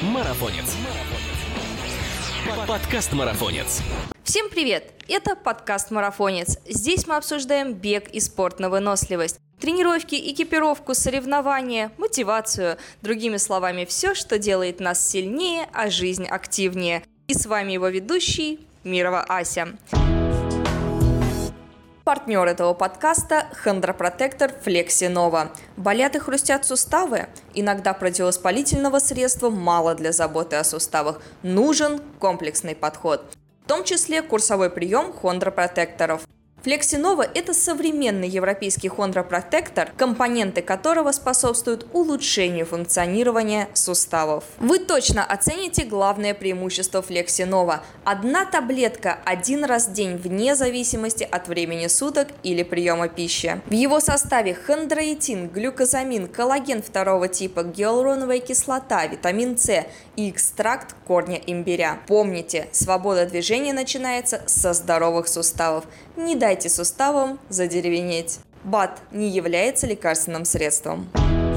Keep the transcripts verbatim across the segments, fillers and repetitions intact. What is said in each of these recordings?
Марафонец. Подкаст «Марафонец». Всем привет! Это подкаст «Марафонец». Здесь мы обсуждаем бег и спорт на выносливость. Тренировки, экипировку, соревнования, мотивацию. Другими словами, все, что делает нас сильнее, а жизнь активнее. И с вами его ведущий Мирова Ася. Партнер этого подкаста – хондропротектор Flexinova. Болят и хрустят суставы? Иногда противовоспалительного средства мало для заботы о суставах. Нужен комплексный подход. В том числе курсовой прием хондропротекторов. Flexinova – это современный европейский хондропротектор, компоненты которого способствуют улучшению функционирования суставов. Вы точно оцените главное преимущество Flexinova – одна таблетка один раз в день вне зависимости от времени суток или приема пищи. В его составе хондроитин, глюкозамин, коллаген второго типа, гиалуроновая кислота, витамин С и экстракт корня имбиря. Помните, свобода движения начинается со здоровых суставов. Не дайте суставам задеревенеть. БАД не является лекарственным средством.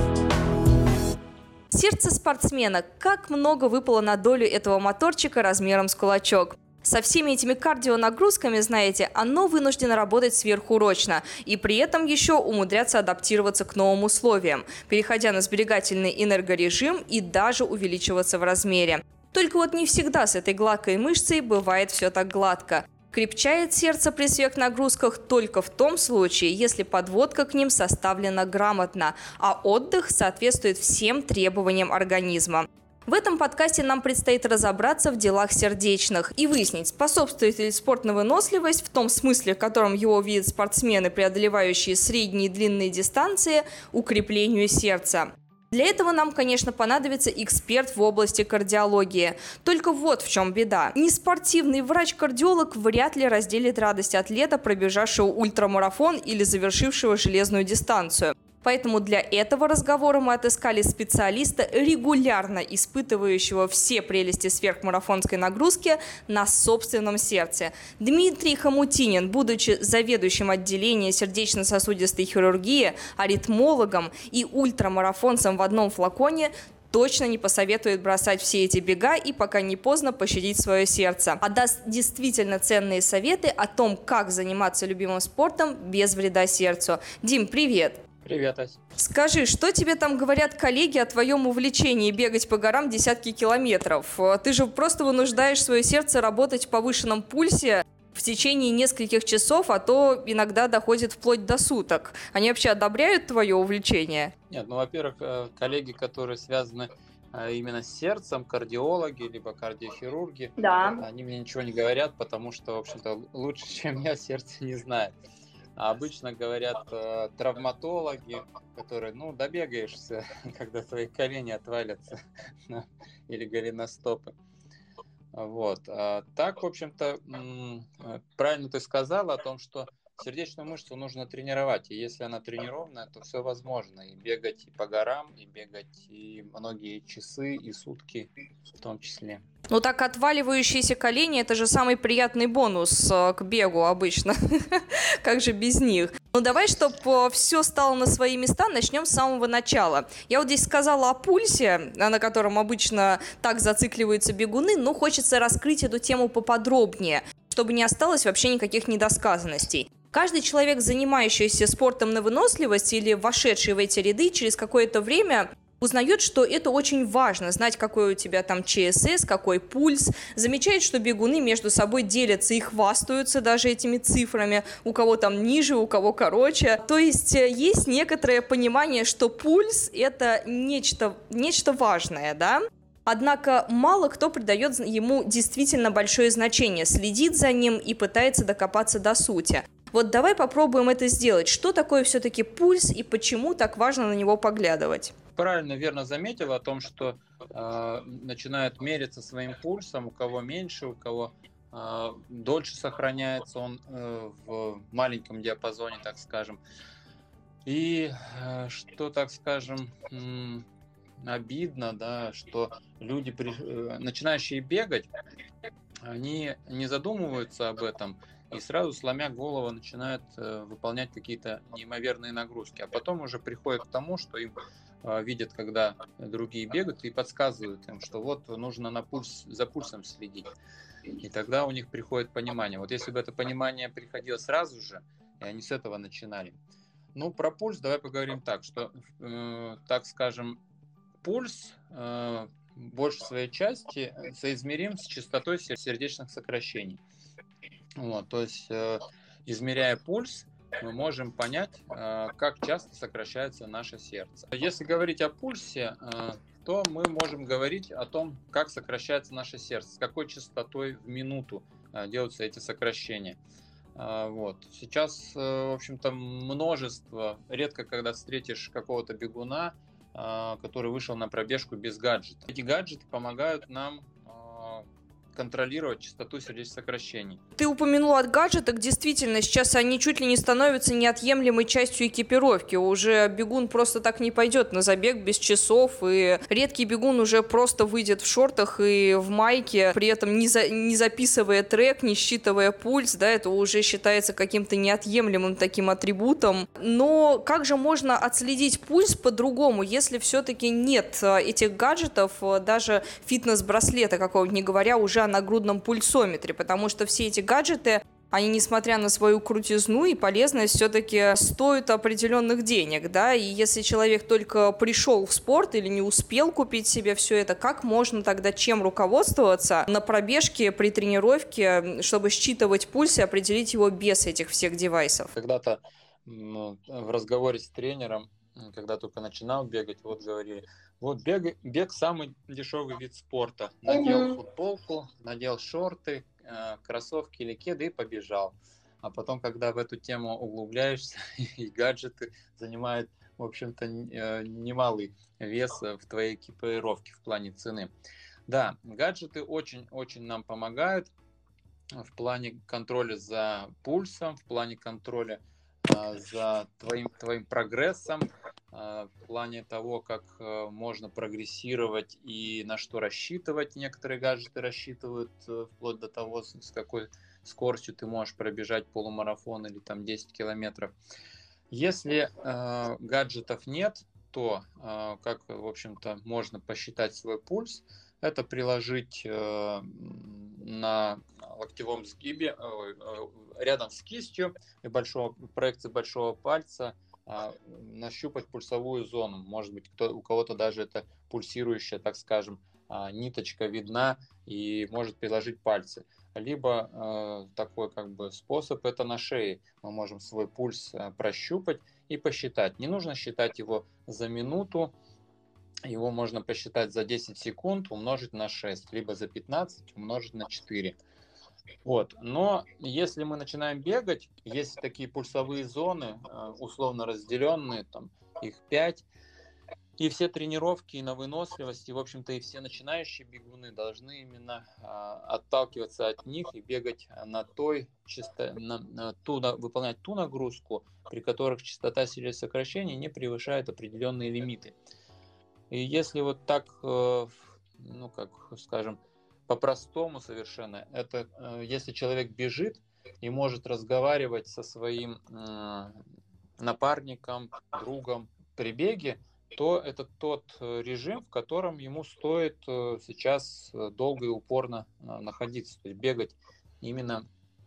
Сердце спортсмена. Как много выпало на долю этого моторчика размером с кулачок. Со всеми этими кардионагрузками, знаете, оно вынуждено работать сверхурочно и при этом еще умудряться адаптироваться к новым условиям, переходя на сберегательный энергорежим и даже увеличиваться в размере. Только вот не всегда с этой гладкой мышцей бывает все так гладко. Крепчает сердце при сверхнагрузках только в том случае, если подводка к ним составлена грамотно, а отдых соответствует всем требованиям организма. В этом подкасте нам предстоит разобраться в делах сердечных и выяснить, способствует ли спорт на выносливость в том смысле, в котором его видят спортсмены, преодолевающие средние и длинные дистанции, укреплению сердца. Для этого нам, конечно, понадобится эксперт в области кардиологии. Только вот в чем беда. Неспортивный врач-кардиолог вряд ли разделит радость атлета, пробежавшего ультрамарафон или завершившего железную дистанцию. Поэтому для этого разговора мы отыскали специалиста, регулярно испытывающего все прелести сверхмарафонской нагрузки на собственном сердце. Дмитрий Хомутинин, будучи заведующим отделением сердечно-сосудистой хирургии, аритмологом и ультрамарафонцем в одном флаконе, точно не посоветует бросать все эти бега и пока не поздно пощадить свое сердце, а даст действительно ценные советы о том, как заниматься любимым спортом без вреда сердцу. Дим, привет! Привет, Ась. Скажи, что тебе там говорят коллеги о твоем увлечении бегать по горам десятки километров? Ты же просто вынуждаешь свое сердце работать в повышенном пульсе в течение нескольких часов, а то иногда доходит вплоть до суток. Они вообще одобряют твое увлечение? Нет, ну, во-первых, коллеги, которые связаны именно с сердцем, кардиологи, либо кардиохирурги, да. Они мне ничего не говорят, потому что, в общем-то, лучше, чем я, сердце не знает. А обычно говорят э, травматологи, которые, ну, добегаешься, когда твои колени отвалятся или голеностопы. Вот. А так, в общем-то, м- правильно ты сказала о том, что сердечную мышцу нужно тренировать. И если она тренированная, то все возможно. И бегать и по горам, и бегать и многие часы, и сутки в том числе. Ну так отваливающиеся колени – это же самый приятный бонус к бегу обычно. Как же без них? Ну давай, чтобы все стало на свои места, начнем с самого начала. Я вот здесь сказала о пульсе, на котором обычно так зацикливаются бегуны, но хочется раскрыть эту тему поподробнее, чтобы не осталось вообще никаких недосказанностей. Каждый человек, занимающийся спортом на выносливость или вошедший в эти ряды, через какое-то время узнает, что это очень важно, знать, какой у тебя там ЧСС, какой пульс, замечает, что бегуны между собой делятся и хвастаются даже этими цифрами, у кого там ниже, у кого короче. То есть есть некоторое понимание, что пульс – это нечто, нечто важное, да? Однако мало кто придает ему действительно большое значение, следит за ним и пытается докопаться до сути. Вот давай попробуем это сделать. Что такое все-таки пульс и почему так важно на него поглядывать? Правильно, верно заметил о том, что э, начинают мериться своим пульсом, у кого меньше, у кого э, дольше сохраняется он э, в маленьком диапазоне, так скажем. И э, что, так скажем, м- обидно, да, что люди, при, э, начинающие бегать, они не задумываются об этом и сразу, сломя голову, начинают э, выполнять какие-то неимоверные нагрузки. А потом уже приходят к тому, что им э, видят, когда другие бегают, и подсказывают им, что вот нужно на пульс, за пульсом следить. И тогда у них приходит понимание. Вот если бы это понимание приходило сразу же, и они с этого начинали. Ну, про пульс давай поговорим так, что, э, так скажем, пульс э, больше своей части соизмерим с частотой сердечных сокращений. Вот, то есть, э, измеряя пульс, мы можем понять, э, как часто сокращается наше сердце. Если говорить о пульсе, э, то мы можем говорить о том, как сокращается наше сердце, с какой частотой в минуту э, делаются эти сокращения. Э, вот. Сейчас, э, в общем-то, множество, редко когда встретишь какого-то бегуна, э, который вышел на пробежку без гаджета. Эти гаджеты помогают нам контролировать частоту сердечных сокращений. Ты упомянул от гаджеток, действительно, сейчас они чуть ли не становятся неотъемлемой частью экипировки. Уже бегун просто так не пойдет на забег без часов, и редкий бегун уже просто выйдет в шортах и в майке, при этом не, за, не записывая трек, не считывая пульс, да, это уже считается каким-то неотъемлемым таким атрибутом. Но как же можно отследить пульс по-другому, если все-таки нет этих гаджетов, даже фитнес-браслета какого-нибудь, не говоря уже о нагрудном пульсометре, потому что все эти гаджеты, они, несмотря на свою крутизну и полезность, все-таки стоят определенных денег, да, и если человек только пришел в спорт или не успел купить себе все это, как можно тогда чем руководствоваться на пробежке, при тренировке, чтобы считывать пульс и определить его без этих всех девайсов? Когда-то ну, в разговоре с тренером, когда только начинал бегать, вот говорили, вот бег, бег самый дешевый вид спорта. Надел футболку, надел шорты, э, кроссовки или кеды и побежал. А потом, когда в эту тему углубляешься, и гаджеты занимают, в общем-то, э, немалый вес в твоей экипировке в плане цены. Да, гаджеты очень-очень нам помогают в плане контроля за пульсом, в плане контроля э, за твоим, твоим прогрессом, в плане того, как можно прогрессировать и на что рассчитывать. Некоторые гаджеты рассчитывают вплоть до того, с какой скоростью ты можешь пробежать полумарафон или там десять километров. Если э, гаджетов нет, то, э, как, в общем-то, можно посчитать свой пульс, это приложить э, на локтевом сгибе, э, э, рядом с кистью и большого, проекции большого пальца, нащупать пульсовую зону. Может быть, кто, у кого-то даже это пульсирующая, так скажем, ниточка видна и может приложить пальцы. Либо э, такой как бы способ это на шее. Мы можем свой пульс прощупать и посчитать. Не нужно считать его за минуту, его можно посчитать за десять секунд, умножить на шесть, либо за пятнадцать умножить на четыре. Вот. Но если мы начинаем бегать, есть такие пульсовые зоны, условно разделенные, там их пять, и все тренировки и на выносливость, и, в общем-то, и все начинающие бегуны должны именно а, отталкиваться от них и бегать на той, чисто, на, на ту, на, выполнять ту нагрузку, при которых частота сердечных сокращений не превышает определенные лимиты. И если вот так, ну, как скажем, по-простому совершенно, это э, если человек бежит и может разговаривать со своим э, напарником, другом при беге, то это тот режим, в котором ему стоит э, сейчас долго и упорно э, находиться, то есть бегать именно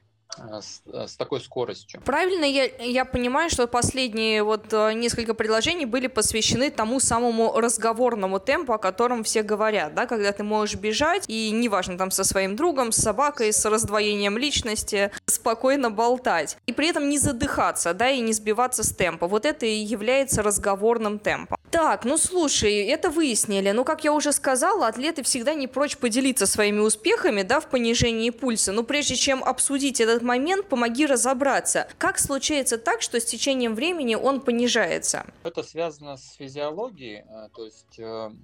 С, с такой скоростью. Правильно я, я понимаю, что последние вот несколько предложений были посвящены тому самому разговорному темпу, о котором все говорят, да, когда ты можешь бежать, и неважно, там, со своим другом, с собакой, с раздвоением личности, спокойно болтать, и при этом не задыхаться, да, и не сбиваться с темпа. Вот это и является разговорным темпом. Так, ну слушай, это выяснили. Ну, как я уже сказала, атлеты всегда не прочь поделиться своими успехами, да, в понижении пульса. Но прежде чем обсудить этот момент, помоги разобраться. Как случается так, что с течением времени он понижается? Это связано с физиологией, то есть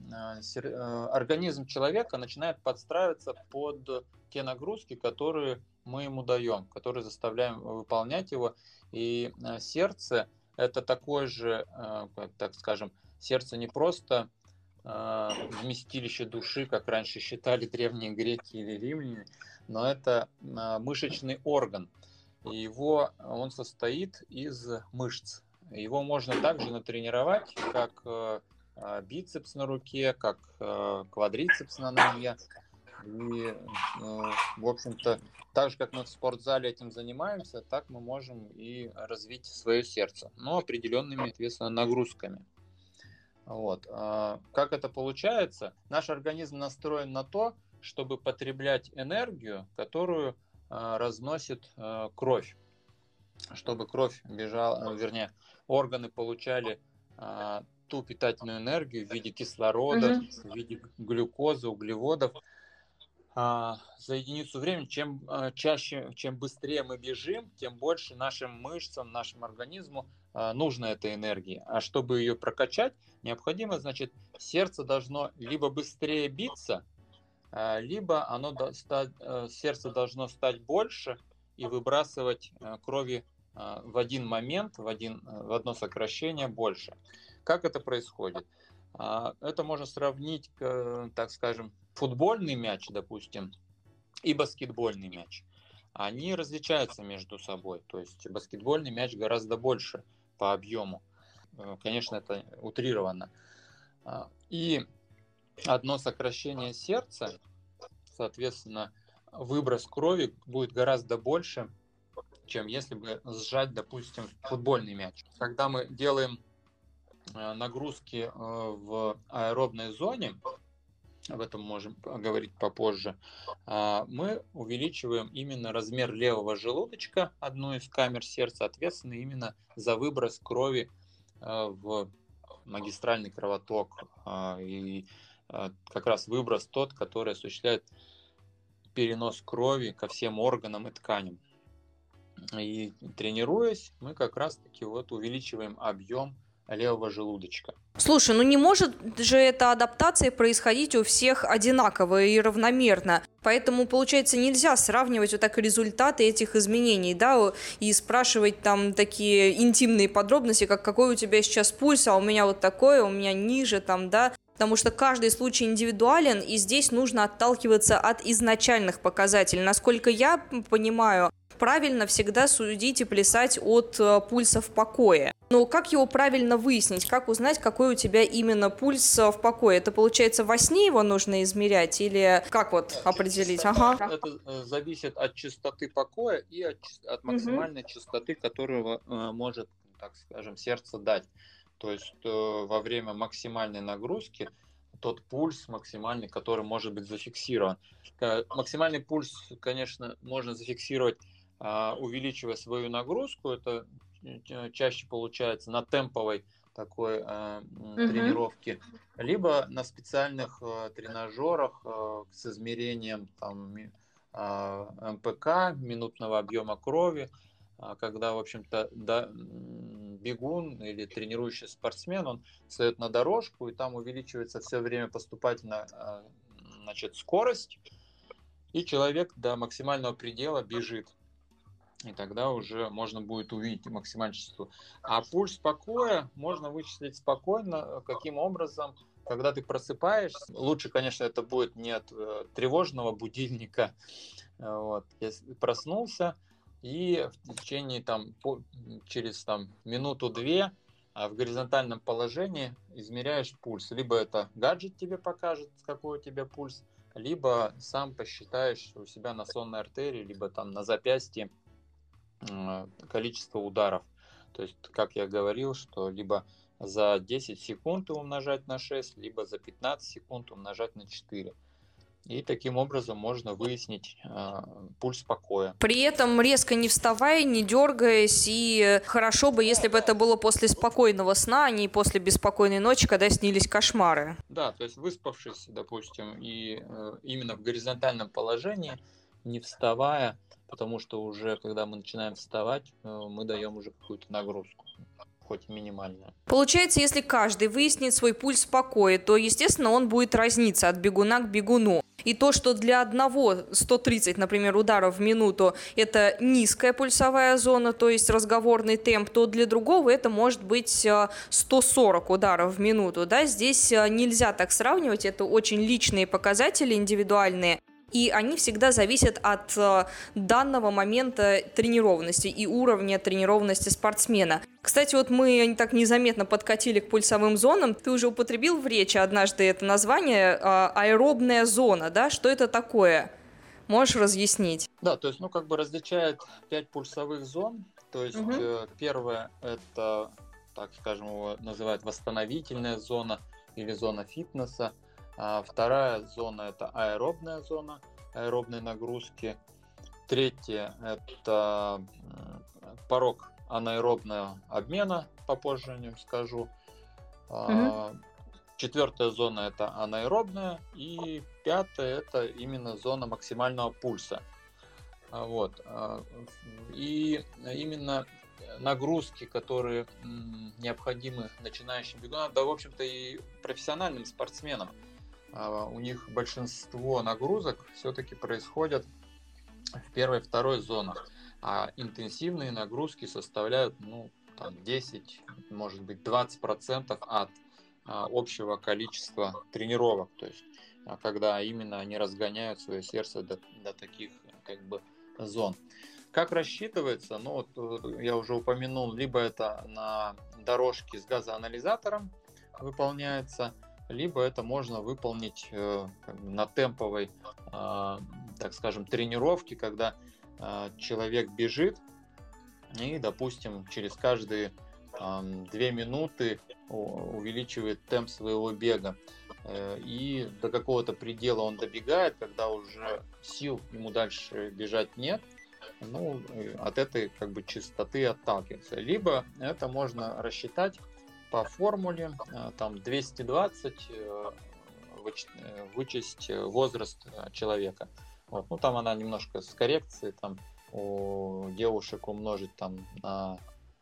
организм человека начинает подстраиваться под те нагрузки, которые мы ему даем, которые заставляем выполнять его. И сердце – это такое же, так скажем, сердце не просто вместилище души, как раньше считали древние греки или римляне, но это мышечный орган. И его, он состоит из мышц. Его можно также натренировать, как э, бицепс на руке, как э, квадрицепс на ноге. И, э, в общем-то, так же, как мы в спортзале этим занимаемся, так мы можем и развить свое сердце, но определенными, соответственно, нагрузками. Вот. Как это получается? Наш организм настроен на то, чтобы потреблять энергию, которую разносит кровь, чтобы кровь бежала, вернее, органы получали ту питательную энергию в виде кислорода, угу. в виде глюкозы, углеводов. За единицу времени, чем чаще, чем быстрее мы бежим, тем больше нашим мышцам, нашему организму нужна эта энергия. А чтобы ее прокачать, необходимо, значит, сердце должно либо быстрее биться, либо оно стать, сердце должно стать больше и выбрасывать крови в один момент, в, один, в одно сокращение больше. Как это происходит? Это можно сравнить, так скажем, футбольный мяч, допустим, и баскетбольный мяч. Они различаются между собой. То есть баскетбольный мяч гораздо больше по объему. Конечно, это утрировано. И одно сокращение сердца, соответственно, выброс крови будет гораздо больше, чем если бы сжать, допустим, футбольный мяч. Когда мы делаем нагрузки в аэробной зоне, об этом можем поговорить попозже, мы увеличиваем именно размер левого желудочка, одну из камер сердца, ответственной именно за выброс крови в магистральный кровоток. И как раз выброс тот, который осуществляет перенос крови ко всем органам и тканям. И тренируясь, мы как раз-таки вот увеличиваем объем левого желудочка. Слушай, ну не может же эта адаптация происходить у всех одинаково и равномерно. Поэтому, получается, нельзя сравнивать вот так результаты этих изменений, да, и спрашивать там такие интимные подробности, как какой у тебя сейчас пульс, а у меня вот такой, у меня ниже, там, да. Потому что каждый случай индивидуален, и здесь нужно отталкиваться от изначальных показателей. Насколько я понимаю, правильно всегда судить и плясать от э, пульса в покое. Но как его правильно выяснить? Как узнать, какой у тебя именно пульс в покое? Это, получается, во сне его нужно измерять? Или как вот определить? Ага. Это зависит от частоты покоя и от, от максимальной угу. частоты, которую э, может, так скажем, сердце дать. То есть э, во время максимальной нагрузки тот пульс максимальный, который может быть зафиксирован. Максимальный пульс, конечно, можно зафиксировать, э, увеличивая свою нагрузку. Это чаще получается на темповой такой э, угу. тренировке, либо на специальных э, тренажерах э, с измерением там, э, эм пэ ка, минутного объема крови, э, когда, в общем-то, да, бегун или тренирующий спортсмен, он встает на дорожку, и там увеличивается все время поступательно э, значит, скорость, и человек до максимального предела бежит. И тогда уже можно будет увидеть максимальное число. А пульс покоя можно вычислить спокойно. Каким образом? Когда ты просыпаешься, лучше, конечно, это будет не от э, тревожного будильника. Вот. Если проснулся и в течение там, по, через там, минуту-две а в горизонтальном положении измеряешь пульс. Либо это гаджет тебе покажет, какой у тебя пульс, либо сам посчитаешь у себя на сонной артерии, либо там на запястье количество ударов. То есть, как я говорил, что либо за десять секунд умножать на шесть, либо за пятнадцать секунд умножать на четыре. И таким образом можно выяснить э, пульс покоя. При этом резко не вставая, не дергаясь, и хорошо бы, если бы это было после спокойного сна, а не после беспокойной ночи, когда снились кошмары. Да, то есть выспавшись, допустим, и э, именно в горизонтальном положении, не вставая, потому что уже, когда мы начинаем вставать, мы даем уже какую-то нагрузку, хоть и минимальную. Получается, если каждый выяснит свой пульс в покое, то, естественно, он будет разниться от бегуна к бегуну. И то, что для одного сто тридцать, например, ударов в минуту – это низкая пульсовая зона, то есть разговорный темп, то для другого это может быть сто сорок ударов в минуту. Да? Здесь нельзя так сравнивать, это очень личные показатели, индивидуальные. и они всегда зависят от э, данного момента тренированности и уровня тренированности спортсмена. Кстати, вот мы так незаметно подкатили к пульсовым зонам. Ты уже употребил в речи однажды это название э, аэробная зона, да? Что это такое? Можешь разъяснить? Да, то есть, ну, как бы различает пять пульсовых зон. То есть, Угу. э, первое, это, так скажем, его называют восстановительная зона или зона фитнеса. А вторая зона – это аэробная зона, аэробной нагрузки. Третье – это порог анаэробного обмена, попозже о нем скажу. Угу. Четвертая зона – это анаэробная, и пятая – это именно зона максимального пульса. Вот. И именно нагрузки, которые необходимы начинающим бегунам, да, в общем-то, и профессиональным спортсменам, у них большинство нагрузок все-таки происходят в первой и второй зонах, а интенсивные нагрузки составляют, ну, там десять, может быть, двадцать процентов от а, общего количества тренировок, то есть а, когда именно они разгоняют свое сердце до, до таких как бы зон. Как рассчитывается? Ну, вот я уже упомянул, либо это на дорожке с газоанализатором выполняется, либо это можно выполнить э, на темповой, э, так скажем, тренировке, когда э, человек бежит и, допустим, через каждые э, две минуты увеличивает темп своего бега. Э, и до какого-то предела он добегает, когда уже сил ему дальше бежать нет. Ну, от этой как бы частоты отталкиваться. Либо это можно рассчитать по формуле, там двести двадцать вычесть возраст человека. Вот. Ну, там она немножко с коррекцией, там у девушек умножить там на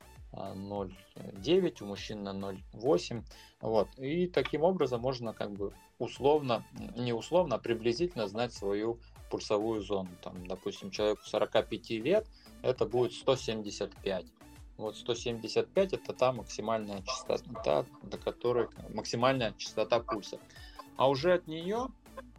ноль целых девять десятых, у мужчин на ноль целых восемь десятых. Вот. И таким образом можно как бы условно, не условно, а приблизительно знать свою пульсовую зону. Там, допустим, человеку сорок пять лет, это будет сто семьдесят пять. Вот сто семьдесят пять это та максимальная частота, до которой максимальная частота пульса. А уже от нее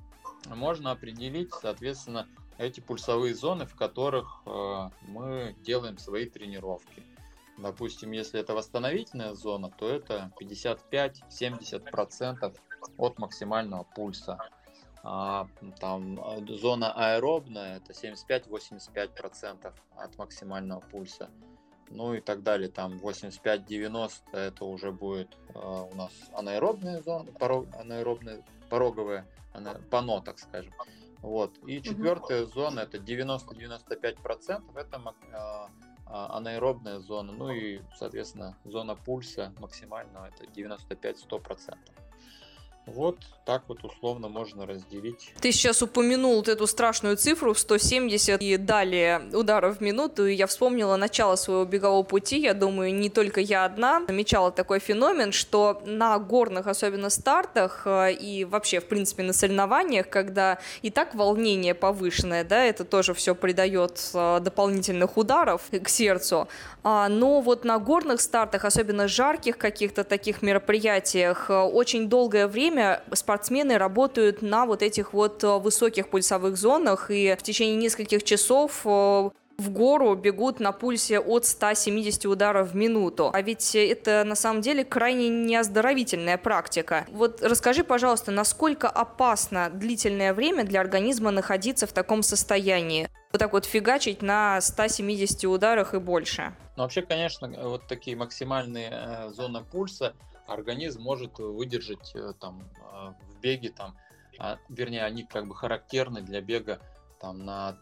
можно определить, соответственно, эти пульсовые зоны, в которых э, мы делаем свои тренировки. Допустим, если это восстановительная зона, то это пятьдесят пять - семьдесят процентов от максимального пульса. А, там зона аэробная это семьдесят пять - восемьдесят пять процентов от максимального пульса. Ну и так далее, там восемьдесят пять - девяносто это уже будет э, у нас анаэробная зона, порог, анаэробная, пороговая, ана, пано, так скажем. Вот. И четвертая mm-hmm. зона это девяносто - девяносто пять процентов, это э, анаэробная зона. Ну и, соответственно, зона пульса максимального это девяносто пять - сто процентов. Вот так вот условно можно разделить. Ты сейчас упомянул вот эту страшную цифру в сто семьдесят и далее ударов в минуту, и я вспомнила начало своего бегового пути. Я думаю, не только я одна замечала такой феномен, что на горных, особенно стартах, и вообще, в принципе, на соревнованиях, когда и так волнение повышенное, да, это тоже все придает дополнительных ударов к сердцу. Но вот на горных стартах, особенно жарких каких-то таких мероприятиях, очень долгое время спортсмены работают на вот этих вот высоких пульсовых зонах и в течение нескольких часов в гору бегут на пульсе от ста семидесяти ударов в минуту. А ведь это на самом деле крайне неоздоровительная практика. Вот расскажи, пожалуйста, насколько опасно длительное время для организма находиться в таком состоянии? Вот так вот фигачить на ста семидесяти ударах и больше. Ну, вообще, конечно, вот такие максимальные э, зоны пульса организм может выдержать э, там э, в беге, там, а, вернее, они как бы характерны для бега там на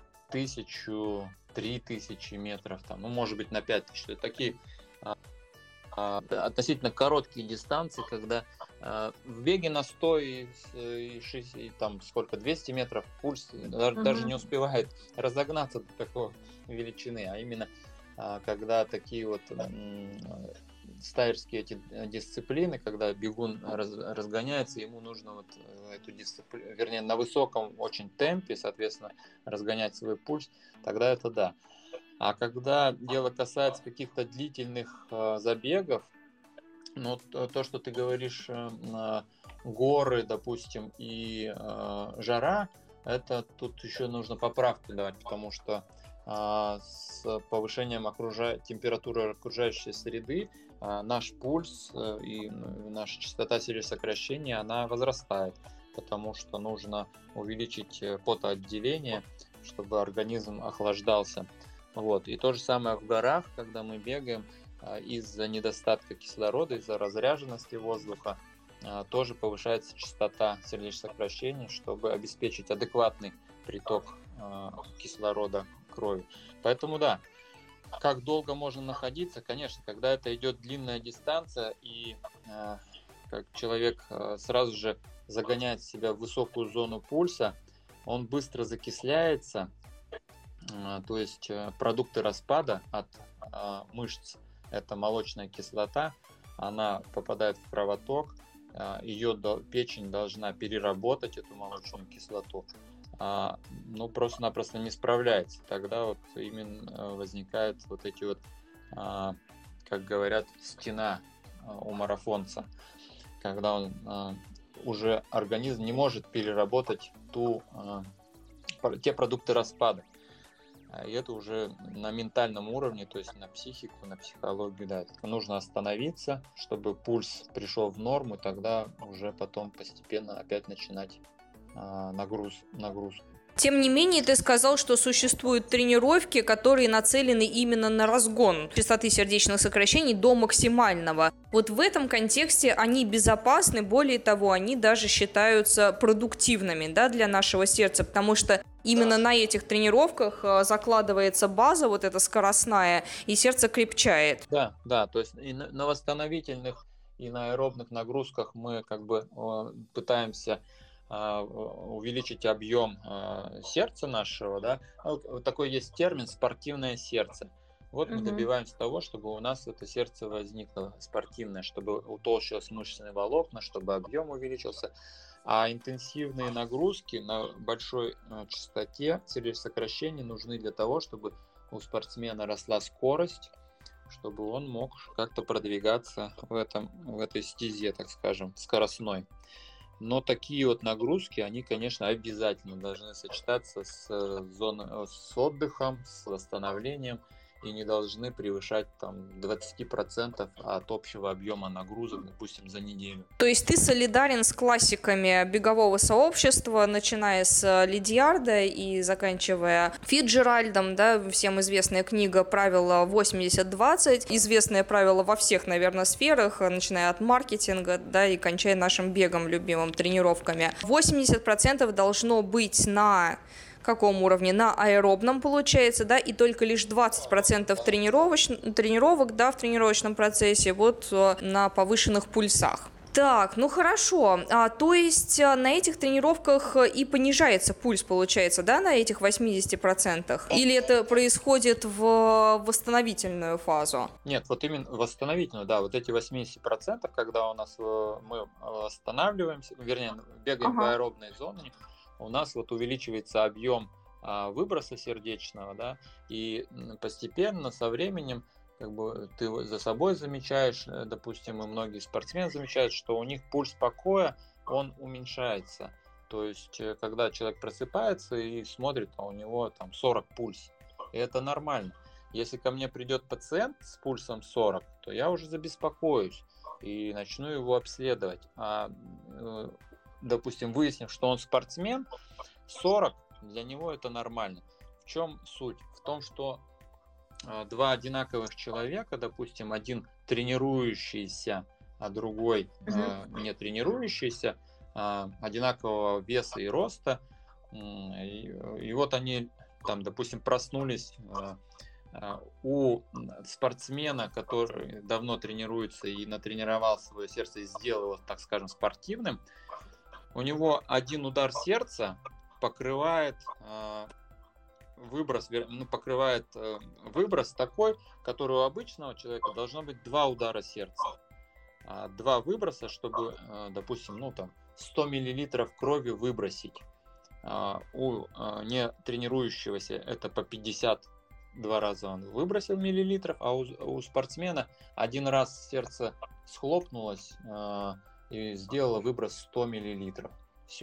тысячу, три тысячи метров, там, ну, может быть, на пять тысяч. Это такие а, а, относительно короткие дистанции, когда а, в беге на сто и, и шесть, и, там, сколько, двести метров пульс даже, mm-hmm. даже не успевает разогнаться до такой величины, а именно а, когда такие вот м- стайерские эти дисциплины, когда бегун раз, разгоняется, ему нужно вот эту дисциплину, вернее, на высоком очень темпе, соответственно, разгонять свой пульс, тогда это да. А когда дело касается каких-то длительных э, забегов, ну, то, то, что ты говоришь, э, горы, допустим, и э, жара, Это тут еще нужно поправки давать, потому что а, с повышением окружа... температуры окружающей среды а, наш пульс а, и ну, наша частота сердцебиения, она возрастает, потому что нужно увеличить потоотделение, чтобы организм охлаждался. Вот. И то же самое в горах, когда мы бегаем, а, из-за недостатка кислорода, из-за разряженности воздуха, а, тоже повышается частота сердечного, чтобы обеспечить адекватный приток а, кислорода в крови. Поэтому да, как долго можно находиться, конечно, когда это идет длинная дистанция и а, как человек а, сразу же загоняет себя в высокую зону пульса, он быстро закисляется, а, то есть а, продукты распада от а, мышц, это молочная кислота, она попадает в кровоток, ее печень должна переработать эту молочную кислоту, а, ну просто-напросто не справляется. Тогда вот именно возникают вот эти вот, а, как говорят, стена у марафонца, когда он а, уже организм не может переработать ту, а, те продукты распада. И это уже на ментальном уровне, то есть на психику, на психологию, да, нужно остановиться, чтобы пульс пришел в норму, тогда уже потом постепенно опять начинать а, нагруз, нагрузку. Тем не менее, ты сказал, что существуют тренировки, которые нацелены именно на разгон частоты сердечных сокращений до максимального. Вот в этом контексте они безопасны, более того, они даже считаются продуктивными, да, для нашего сердца, потому что именно на этих тренировках закладывается база, вот эта скоростная, и сердце крепчает. Да, да, то есть и на восстановительных, и на аэробных нагрузках мы как бы пытаемся увеличить объем сердца нашего, да, вот такой есть термин спортивное сердце. Вот мы угу. добиваемся того, чтобы у нас это сердце возникло спортивное, чтобы утолщилось мышечные волокна, чтобы объем увеличился. А интенсивные нагрузки на большой частоте сердцебиения нужны для того, чтобы у спортсмена росла скорость, чтобы он мог как-то продвигаться в, этом, в этой стезе, так скажем, скоростной. Но такие вот нагрузки, они, конечно, обязательно должны сочетаться с, зоной, с отдыхом, с восстановлением и не должны превышать там двадцать процентов от общего объема нагрузок, допустим, за неделю. То есть ты солидарен с классиками бегового сообщества, начиная с Лидьярда и заканчивая Фитджеральдом, да, всем известная книга «Правило восемьдесят двадцать», известное правило во всех, наверное, сферах, начиная от маркетинга, да, и кончая нашим бегом любимым, тренировками. восемьдесят процентов должно быть на каком уровне? На аэробном, получается, да, и только лишь двадцать процентов тренировоч... тренировок, да, в тренировочном процессе вот на повышенных пульсах. Так, ну хорошо, а, то есть на этих тренировках и понижается пульс, получается, да, на этих восьмидесяти процентах? Или это происходит в восстановительную фазу? Нет, вот именно восстановительную, да, вот эти восемьдесят процентов, когда у нас мы восстанавливаемся, вернее, бегаем ага. в аэробной зоне, у нас вот увеличивается объем а, выброса сердечного, да, и постепенно со временем как бы ты за собой замечаешь, допустим, и многие спортсмены замечают, что у них пульс покоя, он уменьшается. То есть, когда человек просыпается и смотрит, а у него там сорок пульс, и это нормально. Если ко мне придет пациент с пульсом сорок, то я уже забеспокоюсь и начну его обследовать. А допустим, выяснив, что он спортсмен, сорок для него это нормально. В чем суть? В том, что э, два одинаковых человека, допустим, один тренирующийся, а другой э, не тренирующийся, э, одинакового веса и роста, э, и, и вот они там, допустим, проснулись. Э, у спортсмена, который давно тренируется и натренировал свое сердце и сделал его, так скажем, спортивным, у него один удар сердца покрывает э, выброс, ну, покрывает э, выброс такой, который у обычного человека должно быть два удара сердца. А два выброса, чтобы, э, допустим, ну там сто миллилитров крови выбросить. А у э, не тренирующегося это по пятьдесят два раза он выбросил миллилитров, а у, у спортсмена один раз сердце схлопнулось, э, и сделала выброс сто миллилитров. Все.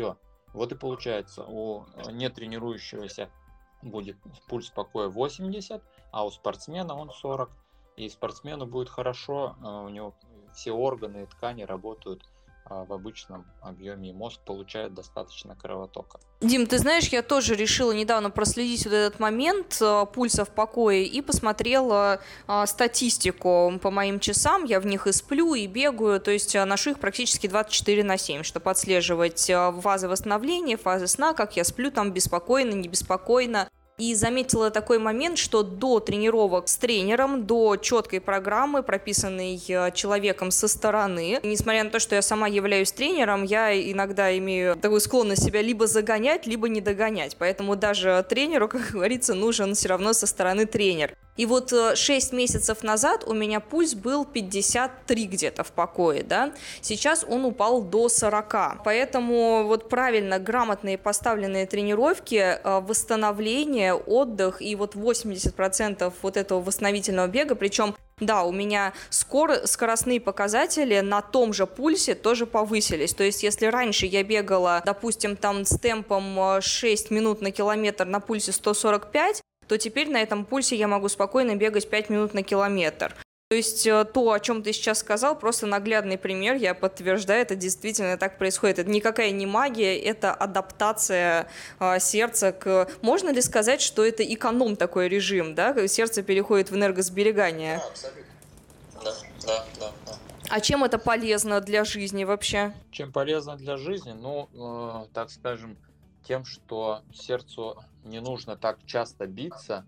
Вот и получается, у нетренирующегося будет пульс покоя восемьдесят, а у спортсмена он сорок. И спортсмену будет хорошо, у него все органы и ткани работают в обычном объеме, и мозг получает достаточно кровотока. Дим, ты знаешь, я тоже решила недавно проследить вот этот момент э, пульса в покое и посмотрела э, статистику по моим часам. Я в них и сплю, и бегаю, то есть э, ношу их практически двадцать четыре на семь, чтобы отслеживать э, фазы восстановления, фазы сна, как я сплю там беспокойно, не беспокойно. И заметила такой момент, что до тренировок с тренером, до четкой программы, прописанной человеком со стороны, несмотря на то, что я сама являюсь тренером, я иногда имею такую склонность себя либо загонять, либо не догонять. Поэтому даже тренеру, как говорится, нужен все равно со стороны тренер. И вот шесть месяцев назад у меня пульс был пятьдесят три где-то в покое, да, сейчас он упал до сорока, поэтому вот правильно, грамотные поставленные тренировки, восстановление, отдых и вот восемьдесят процентов вот этого восстановительного бега, причем да, у меня скор... скоростные показатели на том же пульсе тоже повысились. То есть, если раньше я бегала, допустим, там с темпом шесть минут на километр на пульсе сто сорок пять, то теперь на этом пульсе я могу спокойно бегать пять минут на километр. То есть то, о чем ты сейчас сказал, просто наглядный пример, я подтверждаю, это действительно так происходит. Это никакая не магия, это адаптация э, сердца к... Можно ли сказать, что это эконом такой режим, да? Сердце переходит в энергосберегание? Да, абсолютно. Да, да, да, да. А чем это полезно для жизни вообще? Чем полезно для жизни? Ну, э, так скажем, тем, что сердцу не нужно так часто биться,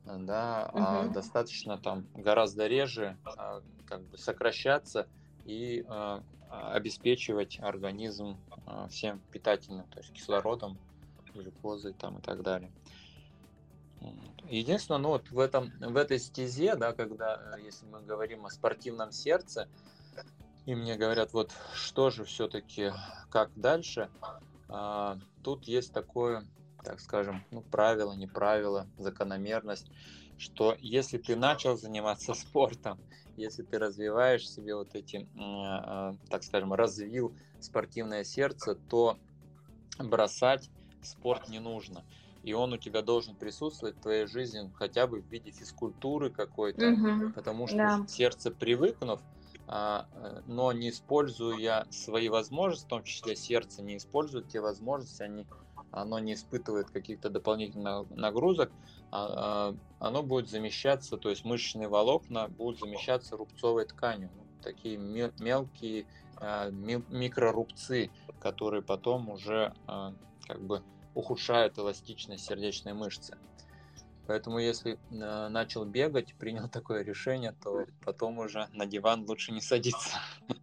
да, угу. а достаточно там гораздо реже а, как бы сокращаться и а, обеспечивать организм а, всем питательным, то есть кислородом, глюкозой там и так далее. Единственное, ну вот в этом в этой стезе, да, когда если мы говорим о спортивном сердце, и мне говорят, вот что же все-таки, как дальше, а, тут есть такое, так скажем, ну, правило, не правило, закономерность, что если ты начал заниматься спортом, если ты развиваешь себе вот эти, э, так скажем, развил спортивное сердце, то бросать спорт не нужно. И он у тебя должен присутствовать в твоей жизни хотя бы в виде физкультуры какой-то, угу, потому что да. сердце, привыкнув, но не используя свои возможности, в том числе сердце не использует те возможности, они оно не испытывает каких-то дополнительных нагрузок, оно будет замещаться, то есть мышечные волокна будут замещаться рубцовой тканью. Такие мелкие микрорубцы, которые потом уже как бы ухудшают эластичность сердечной мышцы. Поэтому если начал бегать, принял такое решение, то потом уже на диван лучше не садиться.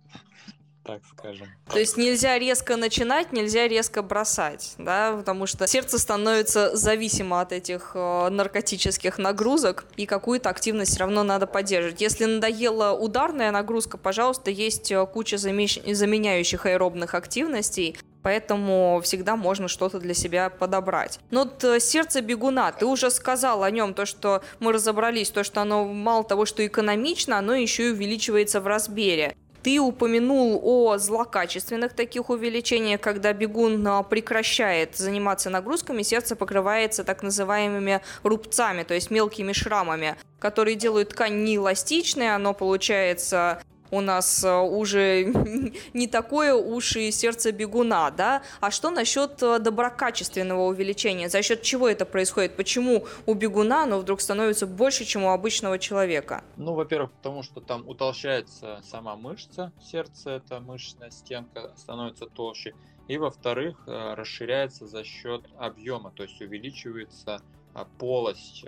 Так скажем. То есть нельзя резко начинать, нельзя резко бросать, да, потому что сердце становится зависимо от этих э, наркотических нагрузок, и какую-то активность все равно надо поддерживать. Если надоела ударная нагрузка, пожалуйста, есть куча замещ- заменяющих аэробных активностей, поэтому всегда можно что-то для себя подобрать. Но вот сердце бегуна, ты уже сказал о нем, то, что мы разобрались, то, что оно мало того, что экономично, оно еще и увеличивается в размере. Ты упомянул о злокачественных таких увеличениях, когда бегун прекращает заниматься нагрузками, сердце покрывается так называемыми рубцами, то есть мелкими шрамами, которые делают ткань неэластичной, оно получается у нас уже не такое уж и сердце бегуна, да? А что насчет доброкачественного увеличения? За счет чего это происходит? Почему у бегуна оно вдруг становится больше, чем у обычного человека? Ну, во-первых, потому что там утолщается сама мышца сердца, эта мышечная стенка становится толще. И, во-вторых, расширяется за счет объема, то есть увеличивается полость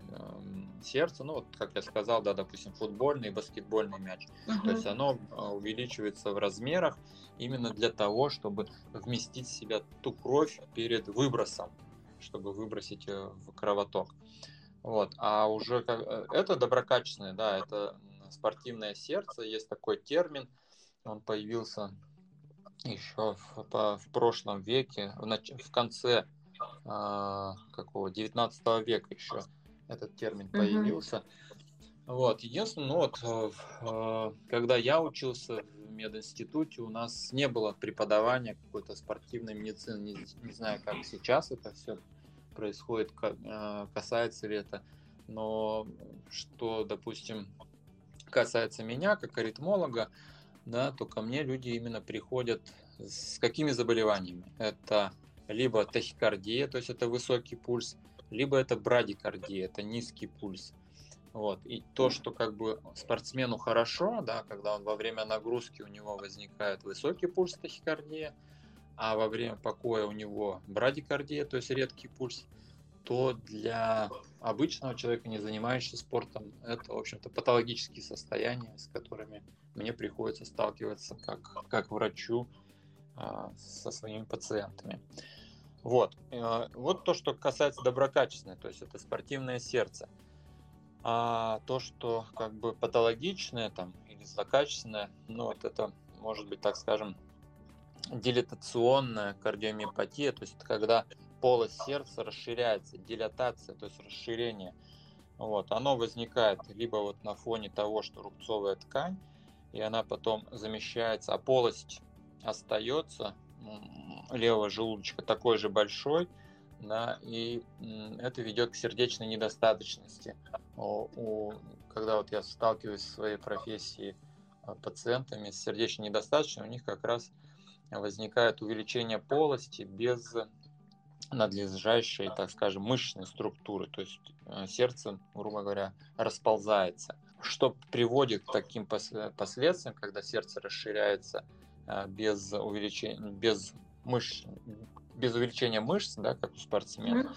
сердца, ну вот как я сказал, да, допустим, футбольный и баскетбольный мяч. Uh-huh. То есть оно увеличивается в размерах именно для того, чтобы вместить в себя ту кровь перед выбросом, чтобы выбросить в кровоток. Вот. А уже как... это доброкачественное, да, это спортивное сердце, есть такой термин, он появился еще в, в прошлом веке, в, нач... в конце а, какого девятнадцатого века еще этот термин появился. Вот, единственное, ну вот, э, э, когда я учился в мединституте, у нас не было преподавания какой-то спортивной медицины. Не, не знаю, как сейчас это все происходит, ка- э, касается ли это. Но что, допустим, касается меня, как аритмолога, да, то ко мне люди именно приходят с какими заболеваниями? Это либо тахикардия, то есть это высокий пульс, либо это брадикардия, это низкий пульс. Вот. И то, что как бы спортсмену хорошо, да, когда он во время нагрузки у него возникает высокий пульс тахикардия, а во время покоя у него брадикардия, то есть редкий пульс, то для обычного человека, не занимающегося спортом, это, в общем-то, патологические состояния, с которыми мне приходится сталкиваться как, как врачу а, со своими пациентами. Вот. Э, вот то, что касается доброкачественной, то есть это спортивное сердце. А то, что как бы патологичное там или злокачественное, ну вот это может быть, так скажем, дилатационная кардиомиопатия, то есть это когда полость сердца расширяется, дилатация, то есть расширение. Вот, оно возникает либо вот на фоне того, что рубцовая ткань, и она потом замещается, а полость остается левого желудочка такой же большой, да, и это ведет к сердечной недостаточности. У, у, когда вот я сталкиваюсь в своей профессии пациентами с сердечной недостаточностью, у них как раз возникает увеличение полости без надлежащей, так скажем, мышечной структуры, то есть сердце, грубо говоря, расползается, что приводит к таким последствиям, когда сердце расширяется без увеличения, без мышц, без увеличения мышц, да, как у спортсмена.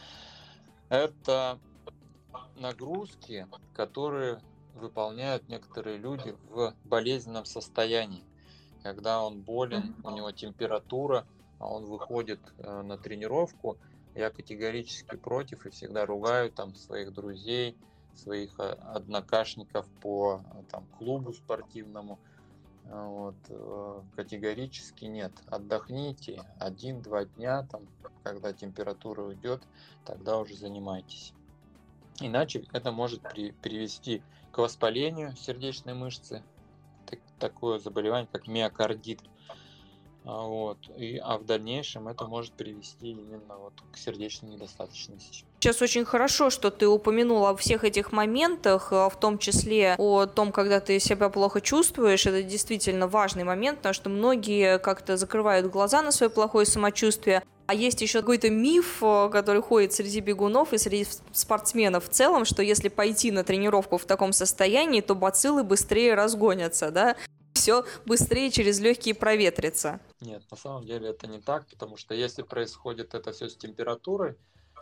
Это нагрузки, которые выполняют некоторые люди в болезненном состоянии. Когда он болен, у него температура, а он выходит э, на тренировку, я категорически против и всегда ругаю там своих друзей, своих однокашников по там, клубу спортивному. Вот, э, категорически нет. Отдохните один-два дня, там, когда температура уйдет, тогда уже занимайтесь. Иначе это может при, привести к воспалению сердечной мышцы, так, такое заболевание, как миокардит. А, вот, и, а в дальнейшем это может привести именно вот к сердечной недостаточности. Сейчас очень хорошо, что ты упомянул о всех этих моментах, в том числе о том, когда ты себя плохо чувствуешь. Это действительно важный момент, потому что многие как-то закрывают глаза на свое плохое самочувствие. А есть еще какой-то миф, который ходит среди бегунов и среди спортсменов в целом, что если пойти на тренировку в таком состоянии, то бациллы быстрее разгонятся, да? Все быстрее через легкие проветрится. Нет, на самом деле это не так, потому что если происходит это все с температурой,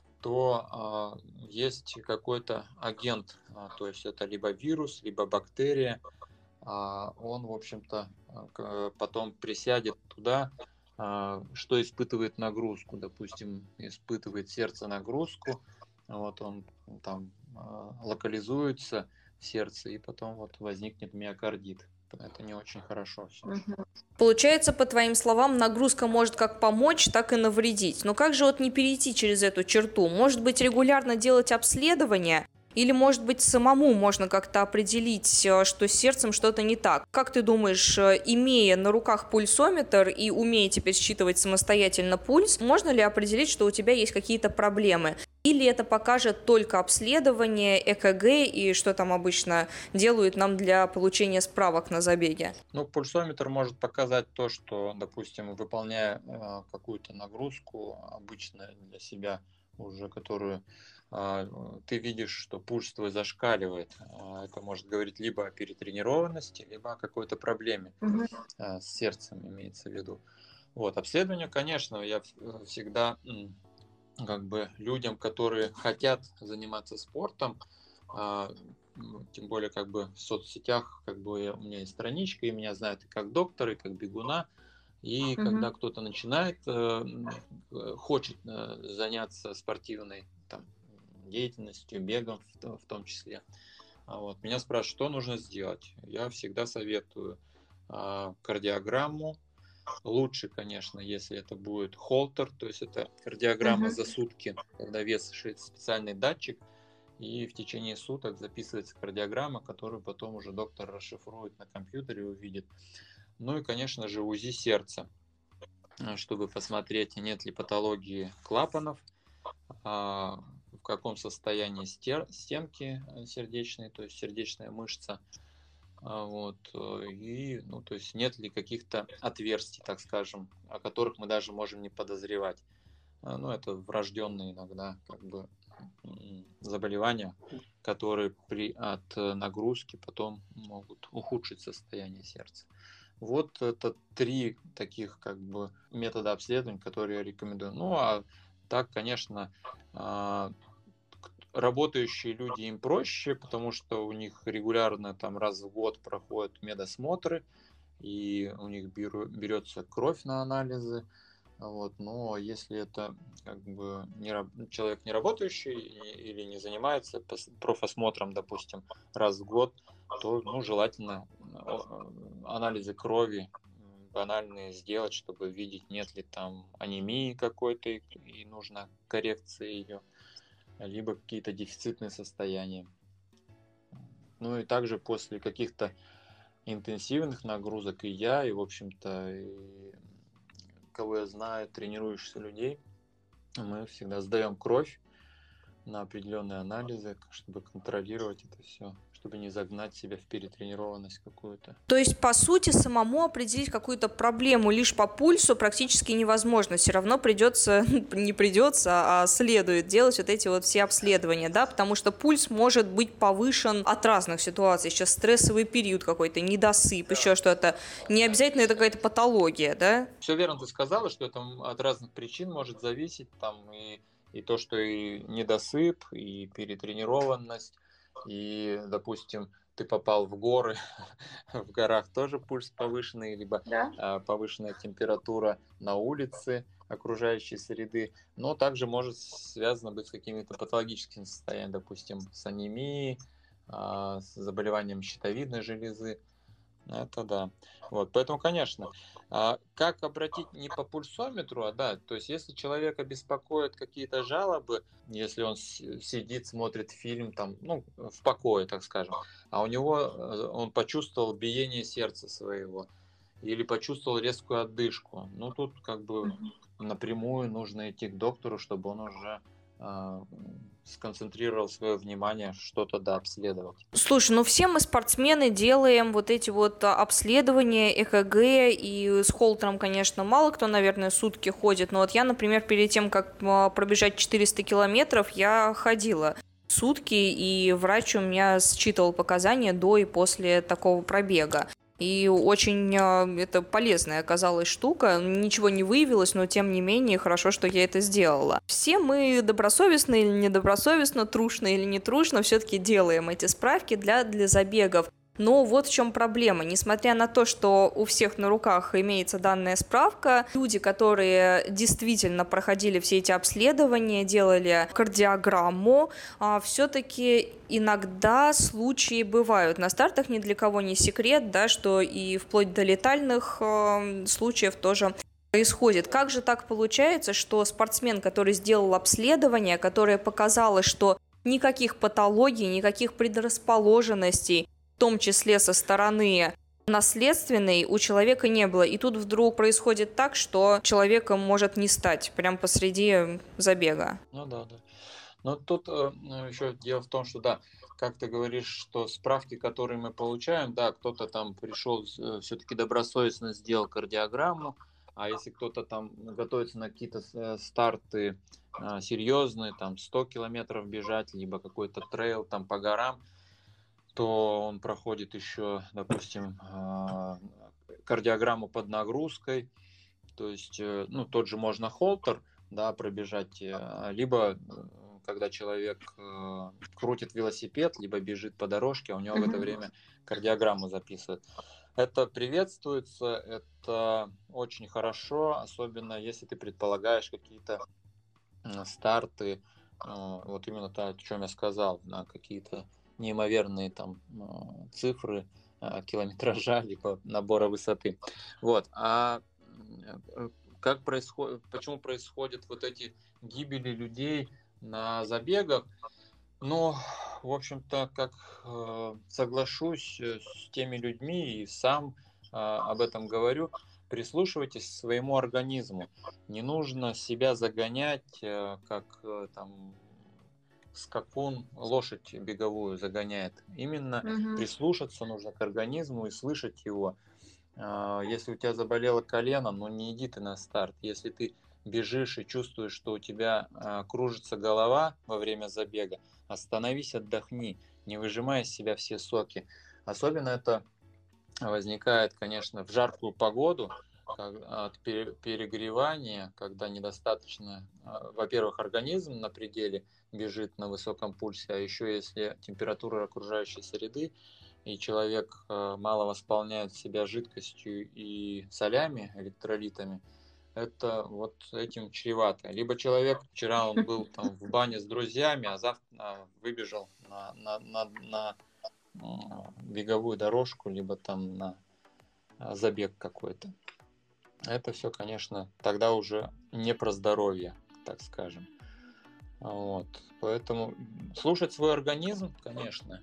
то э, есть какой-то агент, э, то есть это либо вирус, либо бактерия, э, он, в общем-то, э, потом присядет туда, э, что испытывает нагрузку, допустим, испытывает сердце нагрузку, вот он там э, локализуется в сердце, и потом вот возникнет миокардит. Это не очень хорошо все. Получается, по твоим словам, нагрузка может как помочь, так и навредить. Но как же вот не перейти через эту черту? Может быть, регулярно делать обследование? Или, может быть, самому можно как-то определить, что с сердцем что-то не так? Как ты думаешь, имея на руках пульсометр и умея теперь считывать самостоятельно пульс, можно ли определить, что у тебя есть какие-то проблемы? Или это покажет только обследование, ЭКГ и что там обычно делают нам для получения справок на забеге? Ну, пульсометр может показать то, что, допустим, выполняя э, какую-то нагрузку, обычно для себя уже, которую э, ты видишь, что пульс твой зашкаливает. Э, это может говорить либо о перетренированности, либо о какой-то проблеме э, с сердцем, имеется в виду. Вот, обследование, конечно, я всегда как бы людям, которые хотят заниматься спортом, тем более как бы в соцсетях, как бы у меня есть страничка, и меня знают и как доктора, и как бегуна, и mm-hmm. когда кто-то начинает, хочет заняться спортивной там, деятельностью, бегом в том числе, вот, меня спрашивают, что нужно сделать. Я всегда советую кардиограмму. Лучше, конечно, если это будет холтер, то есть это кардиограмма uh-huh. за сутки, когда вешает специальный датчик, и в течение суток записывается кардиограмма, которую потом уже доктор расшифрует на компьютере и увидит. Ну и, конечно же, УЗИ сердца, чтобы посмотреть, нет ли патологии клапанов, а, в каком состоянии стер, стенки сердечной, то есть сердечная мышца, а, вот, и, ну, то есть нет ли каких-то отверстий, так скажем, о которых мы даже можем не подозревать. А, ну, это врожденные иногда как бы заболевания, которые при, от нагрузки потом могут ухудшить состояние сердца. Вот это три таких как бы метода обследования, которые я рекомендую. Ну, а так, конечно, работающие люди им проще, потому что у них регулярно там раз в год проходят медосмотры, и у них беру, берется кровь на анализы. Вот. Но если это как бы не, человек не работающий или не занимается профосмотром, допустим, раз в год, то ну, желательно анализы крови банальные сделать, чтобы видеть, нет ли там анемии какой-то и нужна коррекция ее, либо какие-то дефицитные состояния. Ну и также после каких-то интенсивных нагрузок и я, и, в общем-то, и кого я знаю, тренирующихся людей, мы всегда сдаем кровь на определенные анализы, чтобы контролировать это все, чтобы не загнать себя в перетренированность какую-то. То есть, по сути, самому определить какую-то проблему лишь по пульсу практически невозможно. Все равно придется, не придется, а следует делать вот эти вот все обследования, да, потому что пульс может быть повышен от разных ситуаций. Сейчас стрессовый период какой-то, недосып, еще что-то. Не обязательно это какая-то патология, да? Все верно ты сказала, что это от разных причин может зависеть, там и И то, что и недосып, и перетренированность, и, допустим, ты попал в горы, в горах тоже пульс повышенный, либо да. повышенная температура на улице окружающей среды, но также может связано быть с какими-то патологическими состояниями, допустим, с анемией, с заболеванием щитовидной железы. Это да. Вот, поэтому, конечно, как обратить не по пульсометру, а да, то есть если человека беспокоят какие-то жалобы, если он сидит, смотрит фильм там, ну, в покое, так скажем, а у него он почувствовал биение сердца своего или почувствовал резкую отдышку, ну тут как бы напрямую нужно идти к доктору, чтобы он уже сконцентрировал свое внимание, что-то да, обследовать. Слушай, ну все мы спортсмены делаем вот эти вот обследования, ЭКГ, и с холтером, конечно, мало кто, наверное, сутки ходит, но вот я, например, перед тем, как пробежать четыреста километров, я ходила сутки, и врач у меня считывал показания до и после такого пробега. И очень это полезная оказалась штука, ничего не выявилось, но тем не менее хорошо, что я это сделала. Все мы добросовестно или недобросовестно, трушно или не трушно, все-таки делаем эти справки для, для забегов. Но вот в чем проблема. Несмотря на то, что у всех на руках имеется данная справка, люди, которые действительно проходили все эти обследования, делали кардиограмму, все-таки иногда случаи бывают. На стартах ни для кого не секрет, да, что и вплоть до летальных э, случаев тоже происходит. Как же так получается, что спортсмен, который сделал обследование, которое показало, что никаких патологий, никаких предрасположенностей, в том числе со стороны наследственной, у человека не было. И тут вдруг происходит так, что человеком может не стать прямо посреди забега. Ну да, да. Но тут э, еще дело в том, что да, как ты говоришь, что справки, которые мы получаем, да, кто-то там пришел, э, все-таки добросовестно сделал кардиограмму, а если кто-то там готовится на какие-то старты э, серьезные, там сто километров бежать, либо какой-то трейл там по горам, то он проходит еще, допустим, кардиограмму под нагрузкой, то есть, ну, тот же можно холтер, да, пробежать, либо когда человек крутит велосипед, либо бежит по дорожке, а у него mm-hmm. в это время кардиограмму записывают. Это приветствуется, это очень хорошо, особенно если ты предполагаешь какие-то старты, вот именно то, о чем я сказал, на какие-то неимоверные там цифры километража либо набора высоты. Вот. А как происходит, почему происходят вот эти гибели людей на забегах? Ну, в общем-то, как э, соглашусь э, с теми людьми и сам э, об этом говорю, прислушивайтесь к своему организму. Не нужно себя загонять, э, как э, там скакун лошадь беговую загоняет. Именно Мгм. прислушаться нужно к организму и слышать его. А, Если у тебя заболело колено, ну не иди ты на старт. Если ты бежишь и чувствуешь, что у тебя а, кружится голова во время забега, остановись, отдохни, не выжимай из себя все соки. Особенно это возникает, конечно, в жаркую погоду, как- от пере- перегревания, когда недостаточно, а, во-первых, организм на пределе бежит на высоком пульсе, а еще если температура окружающей среды, и человек а, мало восполняет себя жидкостью и солями, электролитами, это вот этим чревато. Либо человек, вчера он был там в бане с друзьями, а завтра выбежал на, на, на, на м, беговую дорожку, либо там на а, забег какой-то. Это все, конечно, тогда уже не про здоровье, так скажем. Вот. Поэтому слушать свой организм, конечно,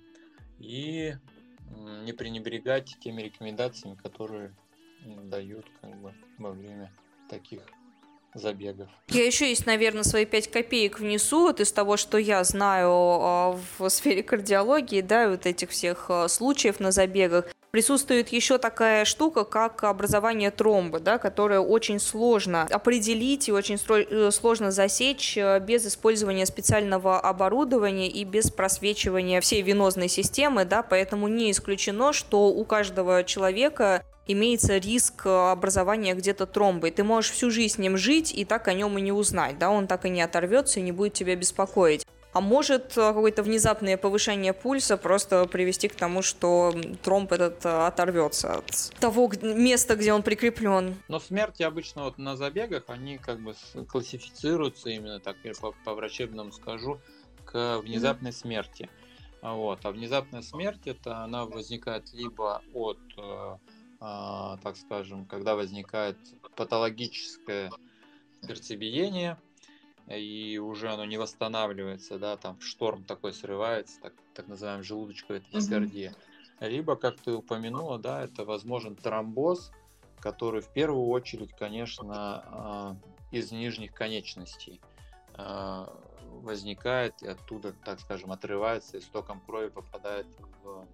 и не пренебрегать теми рекомендациями, которые дают как бы во время таких забегов. Я еще есть, наверное, свои пять копеек внесу вот из того, что я знаю а, в сфере кардиологии, да, вот этих всех а, случаев на забегах. Присутствует еще такая штука, как образование тромба, да, которое очень сложно определить и очень стро- э, сложно засечь э, без использования специального оборудования и без просвечивания всей венозной системы, да, поэтому не исключено, что у каждого человека имеется риск образования где-то тромба, и ты можешь всю жизнь с ним жить и так о нем и не узнать, да, он так и не оторвется и не будет тебя беспокоить. А может какое-то внезапное повышение пульса просто привести к тому, что тромб этот оторвется от того места, где он прикреплен. Но смерти обычно вот на забегах, они как бы классифицируются именно так, я по, по врачебному скажу, к Мгм. внезапной смерти. А Вот. А внезапная смерть, это она возникает либо от, э, а, так скажем, когда возникает патологическое сердцебиение, и уже оно не восстанавливается, да, там шторм такой срывается, так, так называемая желудочковая Мгм. тахикардия. Либо, как ты упомянула, да, это возможен тромбоз, который в первую очередь, конечно, а, из нижних конечностей а, возникает и оттуда, так скажем, отрывается и с током крови попадает в,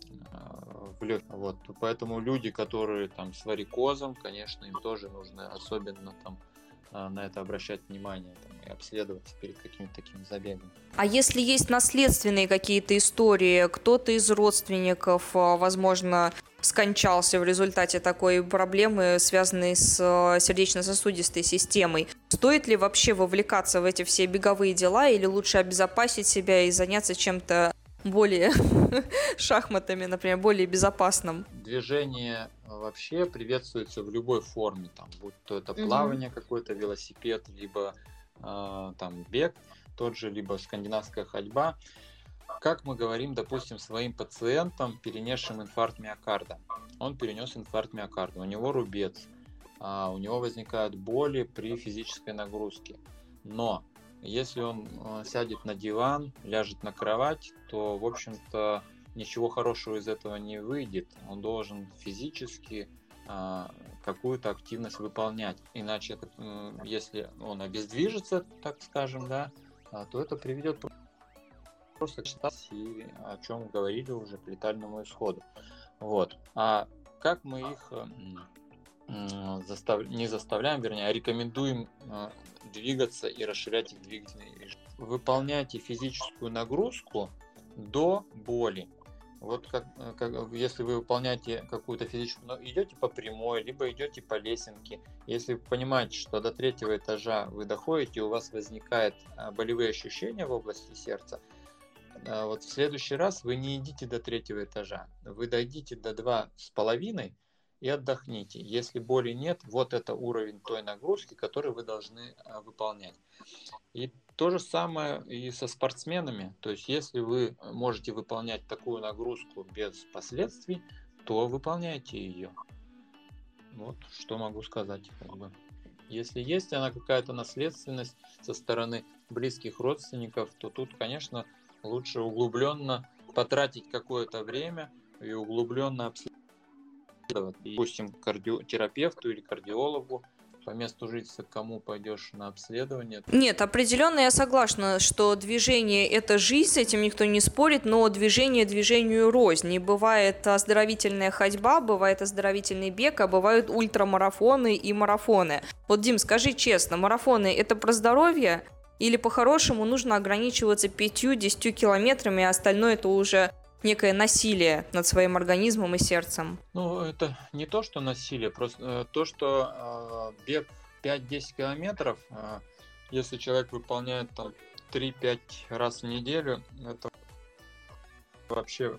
а, в легкие. Вот. Поэтому люди, которые там с варикозом, конечно, им тоже нужно особенно там а, на это обращать внимание там, и обследоваться перед каким-то таким забегом. А если есть наследственные какие-то истории, кто-то из родственников, а, возможно, скончался в результате такой проблемы, связанной с а, сердечно-сосудистой системой, стоит ли вообще вовлекаться в эти все беговые дела или лучше обезопасить себя и заняться чем-то более шахматами, например, более безопасным? Движение вообще приветствуется в любой форме, там, будь то это Мгм. плавание какой-то, велосипед, либо э, там бег, тот же, либо скандинавская ходьба. Как мы говорим, допустим, своим пациентам, перенесшим инфаркт миокарда. Он перенес инфаркт миокарда, у него рубец, а, у него возникают боли при физической нагрузке. Но если он а, сядет на диван, ляжет на кровать, то, в общем-то, ничего хорошего из этого не выйдет. Он должен физически а, какую-то активность выполнять. Иначе, это, м, если он обездвижится, так скажем, да, а, то это приведет просто к и о чем говорили уже, к летальному исходу. Вот. А как мы их м, м, застав... не заставляем, вернее, а рекомендуем э, двигаться и расширять их двигательный режим. Выполняйте физическую нагрузку до боли. Вот как, э, как если вы выполняете какую-то физическую, ну, идете по прямой, либо идете по лесенке. Если вы понимаете, что до третьего этажа вы доходите, у вас возникают э, болевые ощущения в области сердца, а, вот в следующий раз вы не идите до третьего этажа, вы дойдите до два с половиной и отдохните. Если боли нет, вот это уровень той нагрузки, которую вы должны а, выполнять. И то же самое и со спортсменами. То есть, если вы можете выполнять такую нагрузку без последствий, то выполняйте ее. Вот что могу сказать, как бы. Если есть она какая-то наследственность со стороны близких родственников, то тут, конечно, лучше углубленно потратить какое-то время и углубленно обследовать. Допустим, кардиотерапевту или кардиологу по месту жительства, к кому пойдешь на обследование. Нет, определенно я согласна, что движение – это жизнь, с этим никто не спорит, но движение движению рознь. И бывает оздоровительная ходьба, бывает оздоровительный бег, а бывают ультрамарафоны и марафоны. Вот, Дим, скажи честно, марафоны – это про здоровье? Или по-хорошему нужно ограничиваться пятью-десятью километрами, а остальное – это уже некое насилие над своим организмом и сердцем? Ну, это не то, что насилие, просто э, то, что э, бег пять-десять километров, э, если человек выполняет там три-пять раз в неделю, это вообще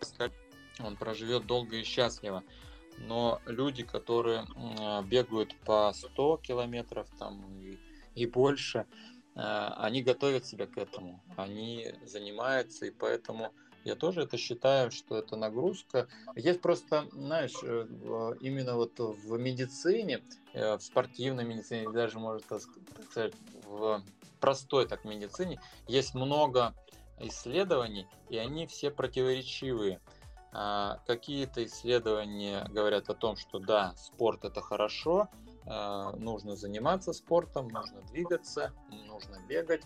он проживет долго и счастливо. Но люди, которые э, бегают по сто километров там, и, и больше, э, они готовят себя к этому, они занимаются, и поэтому я тоже это считаю, что это нагрузка. Есть просто, знаешь, именно вот в медицине, в спортивной медицине, даже, можно так сказать, в простой так медицине, есть много исследований, и они все противоречивые. Какие-то исследования говорят о том, что да, спорт это хорошо, нужно заниматься спортом, нужно двигаться, нужно бегать.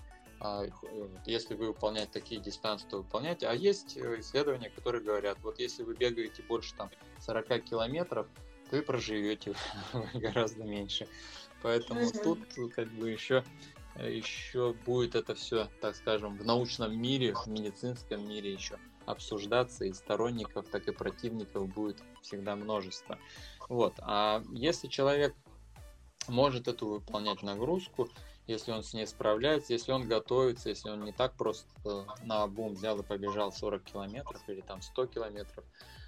Если вы выполняете такие дистанции, то выполняйте. А есть исследования, которые говорят, вот если вы бегаете больше там, сорок километров, то и проживете гораздо меньше. Поэтому mm-hmm. тут как бы еще, еще будет это все, так скажем, в научном мире, в медицинском мире еще обсуждаться, и сторонников, так и противников будет всегда множество. Вот. А если человек может эту выполнять нагрузку, если он с ней справляется, если он готовится, если он не так просто наобум взял и побежал сорок километров или там сто километров,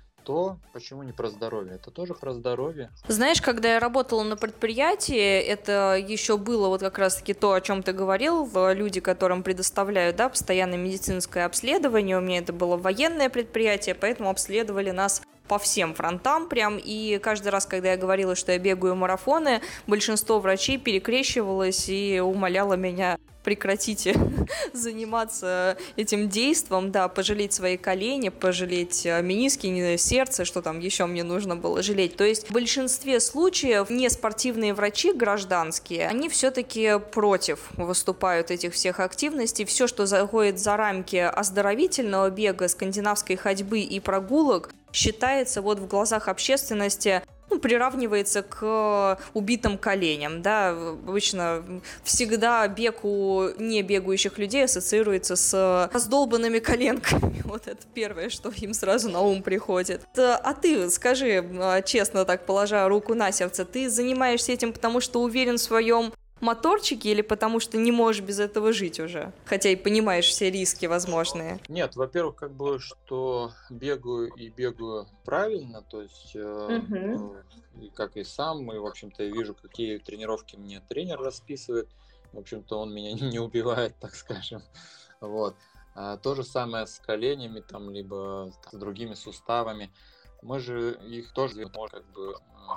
то почему не про здоровье? Это тоже про здоровье. Знаешь, когда я работала на предприятии, это еще было вот как раз-таки то, о чем ты говорил, люди, которым предоставляют, да, постоянное медицинское обследование. У меня это было военное предприятие, поэтому обследовали нас по всем фронтам прям, и каждый раз, когда я говорила, что я бегаю марафоны, большинство врачей перекрещивалось и умоляло меня: прекратите заниматься этим действом, да, пожалеть свои колени, пожалеть мениски, сердце, что там еще мне нужно было жалеть. То есть в большинстве случаев неспортивные врачи гражданские, они все-таки против выступают этих всех активностей. Все, что заходит за рамки оздоровительного бега, скандинавской ходьбы и прогулок, считается вот в глазах общественности, ну, приравнивается к убитым коленям, да, обычно всегда бег у не бегающих людей ассоциируется с раздолбанными коленками, вот это первое, что им сразу на ум приходит. А ты, скажи честно, так положа руку на сердце, ты занимаешься этим потому, что уверен в своем моторчики или потому что не можешь без этого жить уже? Хотя и понимаешь все риски возможные. Нет, во-первых, как бы, что бегаю и бегаю правильно, то есть, uh-huh. э, как и сам, и, в общем-то, я вижу, какие тренировки мне тренер расписывает. В общем-то, он меня не убивает, так скажем. Вот. А то же самое с коленями, там, либо с другими суставами. Мы же их тоже можем, как бы,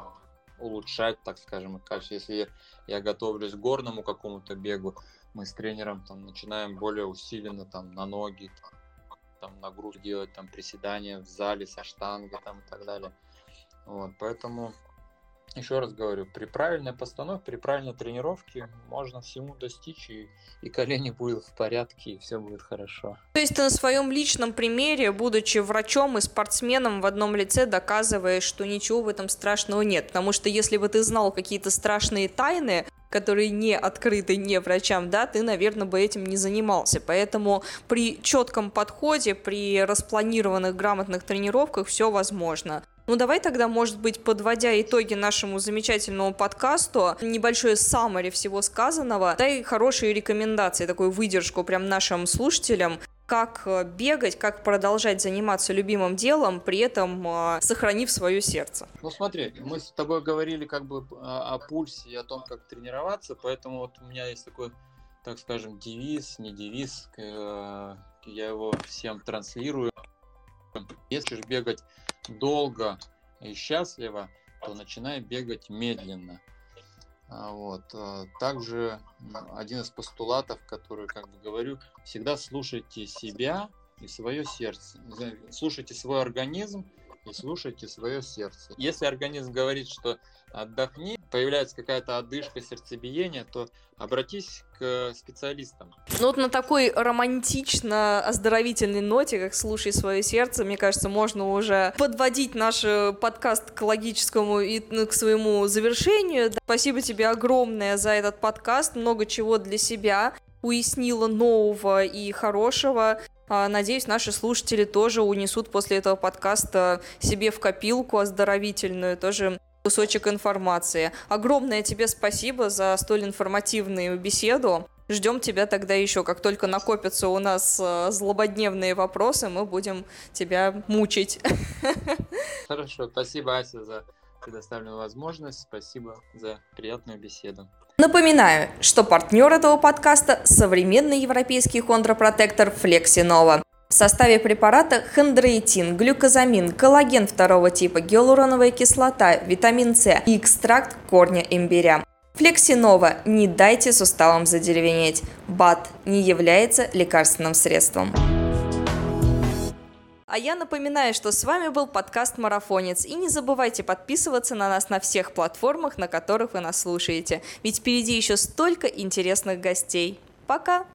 улучшать, так скажем, качество. Если я готовлюсь к горному какому-то бегу, мы с тренером там начинаем более усиленно там на ноги, там нагрузку делать, там приседания в зале со штангой там и так далее. Вот, поэтому еще раз говорю, при правильной постановке, при правильной тренировке можно всему достичь, и, и колени будут в порядке, и все будет хорошо. То есть ты на своем личном примере, будучи врачом и спортсменом в одном лице, доказываешь, что ничего в этом страшного нет. Потому что если бы ты знал какие-то страшные тайны, которые не открыты не врачам, да, ты, наверное, бы этим не занимался. Поэтому при четком подходе, при распланированных грамотных тренировках все возможно. Ну, давай тогда, может быть, подводя итоги нашему замечательному подкасту, небольшое саммари всего сказанного, дай хорошие рекомендации, такую выдержку прям нашим слушателям, как бегать, как продолжать заниматься любимым делом, при этом э, сохранив свое сердце. Ну, смотри, мы с тобой говорили как бы о, о пульсе и о том, как тренироваться, поэтому вот у меня есть такой, так скажем, девиз, не девиз, э, я его всем транслирую. Если же бегать долго и счастливо, то начинай бегать медленно. А, Вот. а, Также м, один из постулатов, который, как бы говорю, всегда слушайте себя и свое сердце. Зна- Слушайте свой организм и слушайте свое сердце. Если организм говорит, что отдохни, появляется какая-то одышка, сердцебиение, то обратись к специалистам. Ну вот на такой романтично-оздоровительной ноте, как «Слушай свое сердце», мне кажется, можно уже подводить наш э, подкаст к логическому и ну, к своему завершению. Да, спасибо тебе огромное за этот подкаст, много чего для себя уяснила нового и хорошего. А, Надеюсь, наши слушатели тоже унесут после этого подкаста себе в копилку оздоровительную тоже кусочек информации. Огромное тебе спасибо за столь информативную беседу. Ждем тебя тогда еще. Как только накопятся у нас э, злободневные вопросы, мы будем тебя мучить. Хорошо, спасибо, Ася, за предоставленную возможность. Спасибо за приятную беседу. Напоминаю, что партнер этого подкаста – современный европейский хондропротектор Flexinova. В составе препарата хондроитин, глюкозамин, коллаген второго типа, гиалуроновая кислота, витамин С и экстракт корня имбиря. Flexinova – не дайте суставам задеревенеть. БАД не является лекарственным средством. А я напоминаю, что с вами был подкаст «Марафонец». И не забывайте подписываться на нас на всех платформах, на которых вы нас слушаете. Ведь впереди еще столько интересных гостей. Пока!